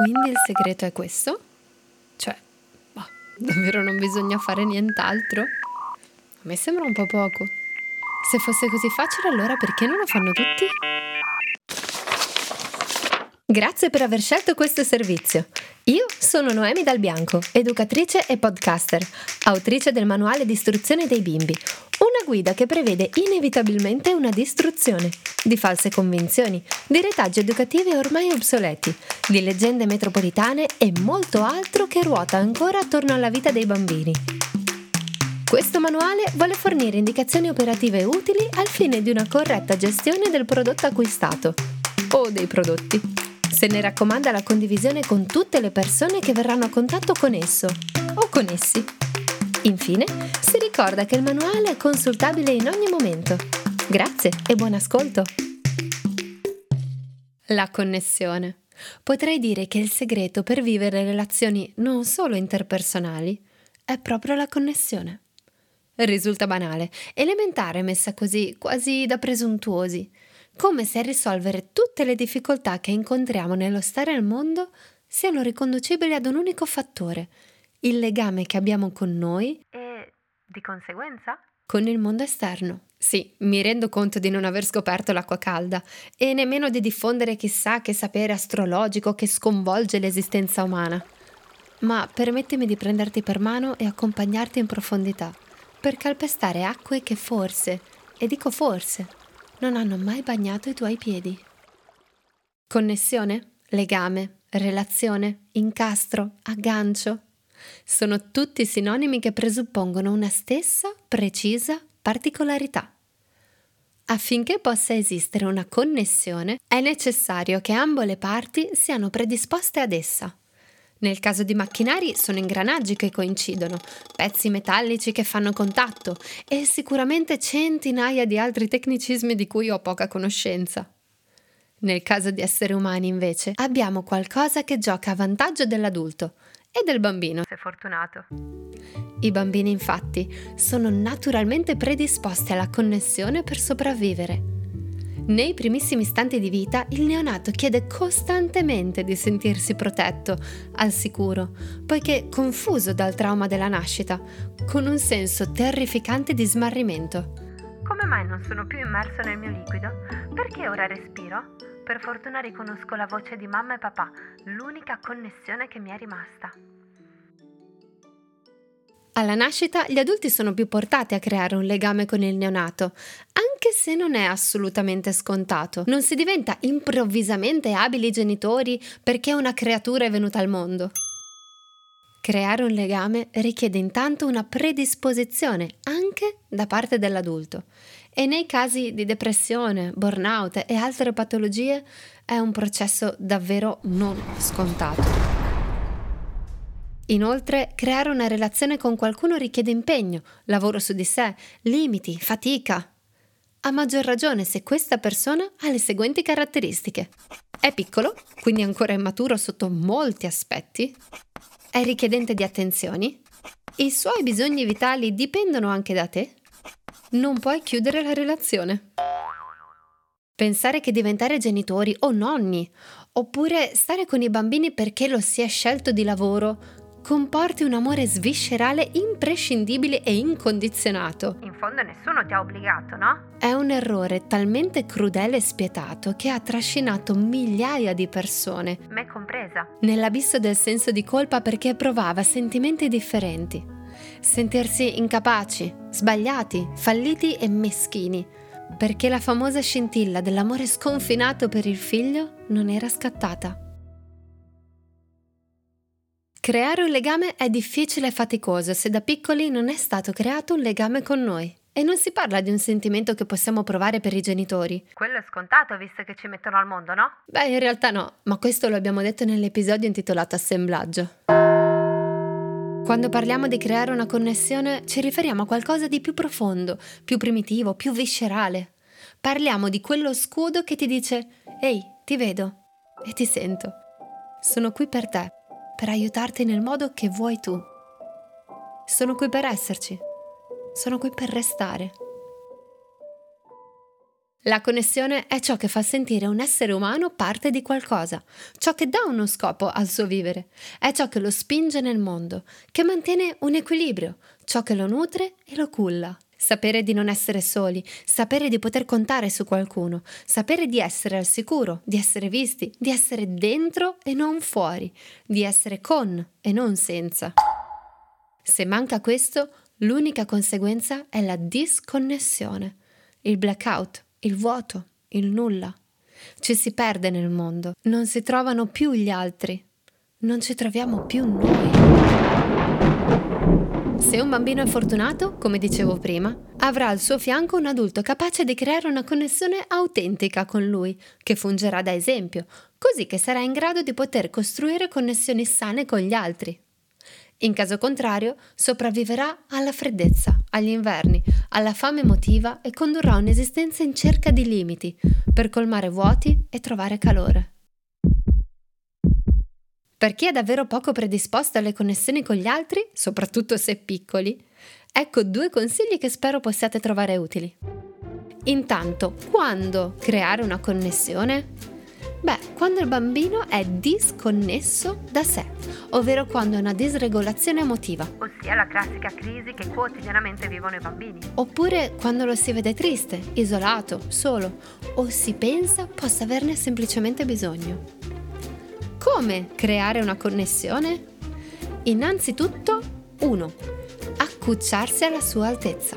Quindi il segreto è questo? Cioè, davvero non bisogna fare nient'altro? A me sembra un po' poco. Se fosse così facile, allora perché non lo fanno tutti? Grazie per aver scelto questo servizio. Io sono Noemi Dal Bianco, educatrice e podcaster, autrice del manuale di istruzione dei bimbi, una guida che prevede inevitabilmente una distruzione di false convinzioni, di retaggi educativi ormai obsoleti, di leggende metropolitane e molto altro che ruota ancora attorno alla vita dei bambini. Questo manuale vuole fornire indicazioni operative utili al fine di una corretta gestione del prodotto acquistato o dei prodotti. Se ne raccomanda la condivisione con tutte le persone che verranno a contatto con esso o con essi. Infine, si ricorda che il manuale è consultabile in ogni momento. Grazie e buon ascolto! La connessione. Potrei dire che il segreto per vivere relazioni non solo interpersonali è proprio la connessione. Risulta banale, elementare messa così, quasi da presuntuosi, come se a risolvere tutte le difficoltà che incontriamo nello stare al mondo siano riconducibili ad un unico fattore, il legame che abbiamo con noi e, di conseguenza, con il mondo esterno. Sì, mi rendo conto di non aver scoperto l'acqua calda e nemmeno di diffondere chissà che sapere astrologico che sconvolge l'esistenza umana. Ma permettimi di prenderti per mano e accompagnarti in profondità, per calpestare acque che forse, e dico forse, non hanno mai bagnato i tuoi piedi. Connessione, legame, relazione, incastro, aggancio. Sono tutti sinonimi che presuppongono una stessa, precisa particolarità. Affinché possa esistere una connessione, è necessario che ambo le parti siano predisposte ad essa. Nel caso di macchinari sono ingranaggi che coincidono, pezzi metallici che fanno contatto e sicuramente centinaia di altri tecnicismi di cui ho poca conoscenza. Nel caso di esseri umani, invece, abbiamo qualcosa che gioca a vantaggio dell'adulto e del bambino, se fortunato. I bambini, infatti, sono naturalmente predisposti alla connessione per sopravvivere. Nei primissimi istanti di vita, il neonato chiede costantemente di sentirsi protetto, al sicuro, poiché confuso dal trauma della nascita, con un senso terrificante di smarrimento. Come mai non sono più immerso nel mio liquido? Perché ora respiro? Per fortuna riconosco la voce di mamma e papà, l'unica connessione che mi è rimasta. Alla nascita gli adulti sono più portati a creare un legame con il neonato, anche se non è assolutamente scontato. Non si diventa improvvisamente abili genitori perché una creatura è venuta al mondo. Creare un legame richiede intanto una predisposizione anche da parte dell'adulto e nei casi di depressione, burnout e altre patologie è un processo davvero non scontato. Inoltre, creare una relazione con qualcuno richiede impegno, lavoro su di sé, limiti, fatica. A maggior ragione se questa persona ha le seguenti caratteristiche. È piccolo, quindi ancora immaturo sotto molti aspetti. È richiedente di attenzioni. I suoi bisogni vitali dipendono anche da te. Non puoi chiudere la relazione. Pensare che diventare genitori o nonni, oppure stare con i bambini perché lo si è scelto di lavoro, comporti un amore sviscerale imprescindibile e incondizionato. In fondo nessuno ti ha obbligato, no? È un errore talmente crudele e spietato che ha trascinato migliaia di persone, me compresa, nell'abisso del senso di colpa perché provava sentimenti differenti. Sentirsi incapaci, sbagliati, falliti e meschini, perché la famosa scintilla dell'amore sconfinato per il figlio non era scattata. Creare un legame è difficile e faticoso se da piccoli non è stato creato un legame con noi. E non si parla di un sentimento che possiamo provare per i genitori. Quello è scontato visto che ci mettono al mondo, no? Beh, in realtà no, ma questo lo abbiamo detto nell'episodio intitolato Assemblaggio. Quando parliamo di creare una connessione, ci riferiamo a qualcosa di più profondo, più primitivo, più viscerale. Parliamo di quello scudo che ti dice «Ehi, ti vedo e ti sento. Sono qui per te, per aiutarti nel modo che vuoi tu. Sono qui per esserci. Sono qui per restare». La connessione è ciò che fa sentire un essere umano parte di qualcosa, ciò che dà uno scopo al suo vivere, è ciò che lo spinge nel mondo, che mantiene un equilibrio, ciò che lo nutre e lo culla. Sapere di non essere soli, sapere di poter contare su qualcuno, sapere di essere al sicuro, di essere visti, di essere dentro e non fuori, di essere con e non senza. Se manca questo, l'unica conseguenza è la disconnessione, il blackout, il vuoto, il nulla. Ci si perde nel mondo, non si trovano più gli altri, non ci troviamo più noi. Se un bambino è fortunato, come dicevo prima, avrà al suo fianco un adulto capace di creare una connessione autentica con lui, che fungerà da esempio, così che sarà in grado di poter costruire connessioni sane con gli altri. In caso contrario, sopravviverà alla freddezza, agli inverni, alla fame emotiva e condurrà un'esistenza in cerca di limiti, per colmare vuoti e trovare calore. Per chi è davvero poco predisposto alle connessioni con gli altri, soprattutto se piccoli, ecco 2 consigli che spero possiate trovare utili. Intanto, quando creare una connessione? Quando il bambino è disconnesso da sé, ovvero quando è una disregolazione emotiva. Ossia la classica crisi che quotidianamente vivono i bambini. Oppure quando lo si vede triste, isolato, solo, o si pensa possa averne semplicemente bisogno. Come creare una connessione? Innanzitutto, 1. Accucciarsi alla sua altezza.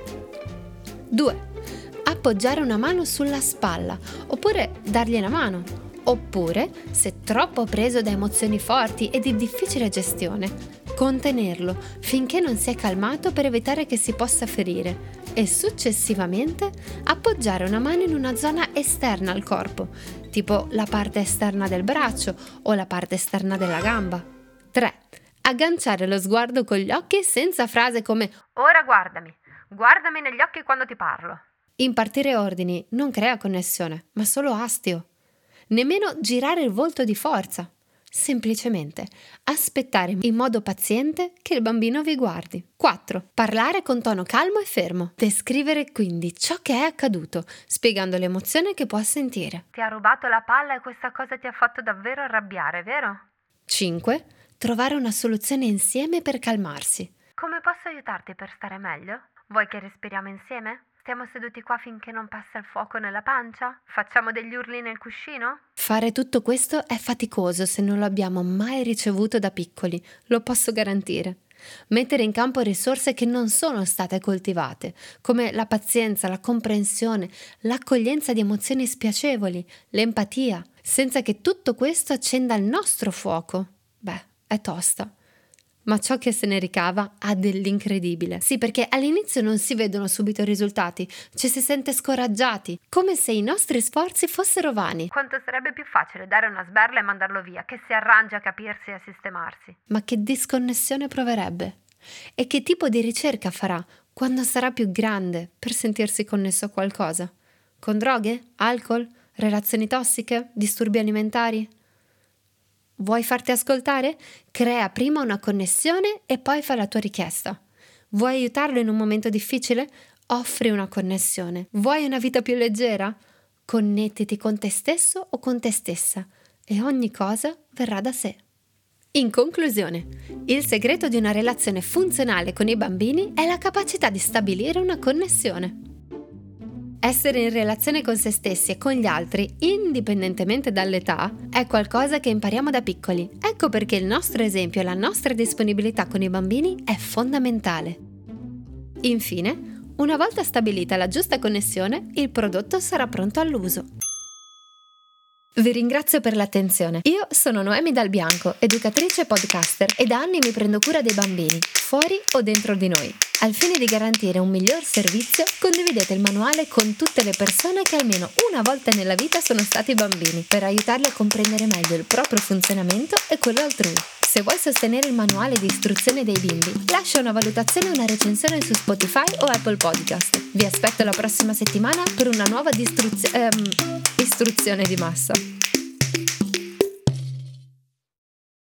2. Appoggiare una mano sulla spalla, oppure dargli la mano. Oppure, se troppo preso da emozioni forti e di difficile gestione, contenerlo finché non si è calmato per evitare che si possa ferire e successivamente appoggiare una mano in una zona esterna al corpo, tipo la parte esterna del braccio o la parte esterna della gamba. 3. Agganciare lo sguardo con gli occhi senza frase come «Ora guardami negli occhi quando ti parlo». Impartire ordini non crea connessione, ma solo astio. Nemmeno girare il volto di forza. Semplicemente aspettare in modo paziente che il bambino vi guardi. 4. Parlare con tono calmo e fermo. Descrivere quindi ciò che è accaduto, spiegando l'emozione che può sentire. Ti ha rubato la palla e questa cosa ti ha fatto davvero arrabbiare, vero? 5. Trovare una soluzione insieme per calmarsi. Come posso aiutarti per stare meglio? Vuoi che respiriamo insieme? Stiamo seduti qua finché non passa il fuoco nella pancia? Facciamo degli urli nel cuscino? Fare tutto questo è faticoso se non lo abbiamo mai ricevuto da piccoli, lo posso garantire. Mettere in campo risorse che non sono state coltivate, come la pazienza, la comprensione, l'accoglienza di emozioni spiacevoli, l'empatia, senza che tutto questo accenda il nostro fuoco. È tosta. Ma ciò che se ne ricava ha dell'incredibile. Sì, perché all'inizio non si vedono subito i risultati, ci si sente scoraggiati, come se i nostri sforzi fossero vani. Quanto sarebbe più facile dare una sberla e mandarlo via, che si arrangia a capirsi e a sistemarsi. Ma che disconnessione proverebbe? E che tipo di ricerca farà quando sarà più grande per sentirsi connesso a qualcosa? Con droghe? Alcol? Relazioni tossiche? Disturbi alimentari? Vuoi farti ascoltare? Crea prima una connessione e poi fai la tua richiesta. Vuoi aiutarlo in un momento difficile? Offri una connessione. Vuoi una vita più leggera? Connettiti con te stesso o con te stessa e ogni cosa verrà da sé. In conclusione, il segreto di una relazione funzionale con i bambini è la capacità di stabilire una connessione. Essere in relazione con se stessi e con gli altri, indipendentemente dall'età, è qualcosa che impariamo da piccoli. Ecco perché il nostro esempio e la nostra disponibilità con i bambini è fondamentale. Infine, una volta stabilita la giusta connessione, il prodotto sarà pronto all'uso. Vi ringrazio per l'attenzione. Io sono Noemi Dal Bianco, educatrice e podcaster, e da anni mi prendo cura dei bambini, fuori o dentro di noi. Al fine di garantire un miglior servizio, condividete il manuale con tutte le persone che almeno una volta nella vita sono stati bambini, per aiutarli a comprendere meglio il proprio funzionamento e quello altrui. Se vuoi sostenere il manuale di istruzione dei bimbi, lascia una valutazione e una recensione su Spotify o Apple Podcast. Vi aspetto la prossima settimana per una nuova istruzione di massa.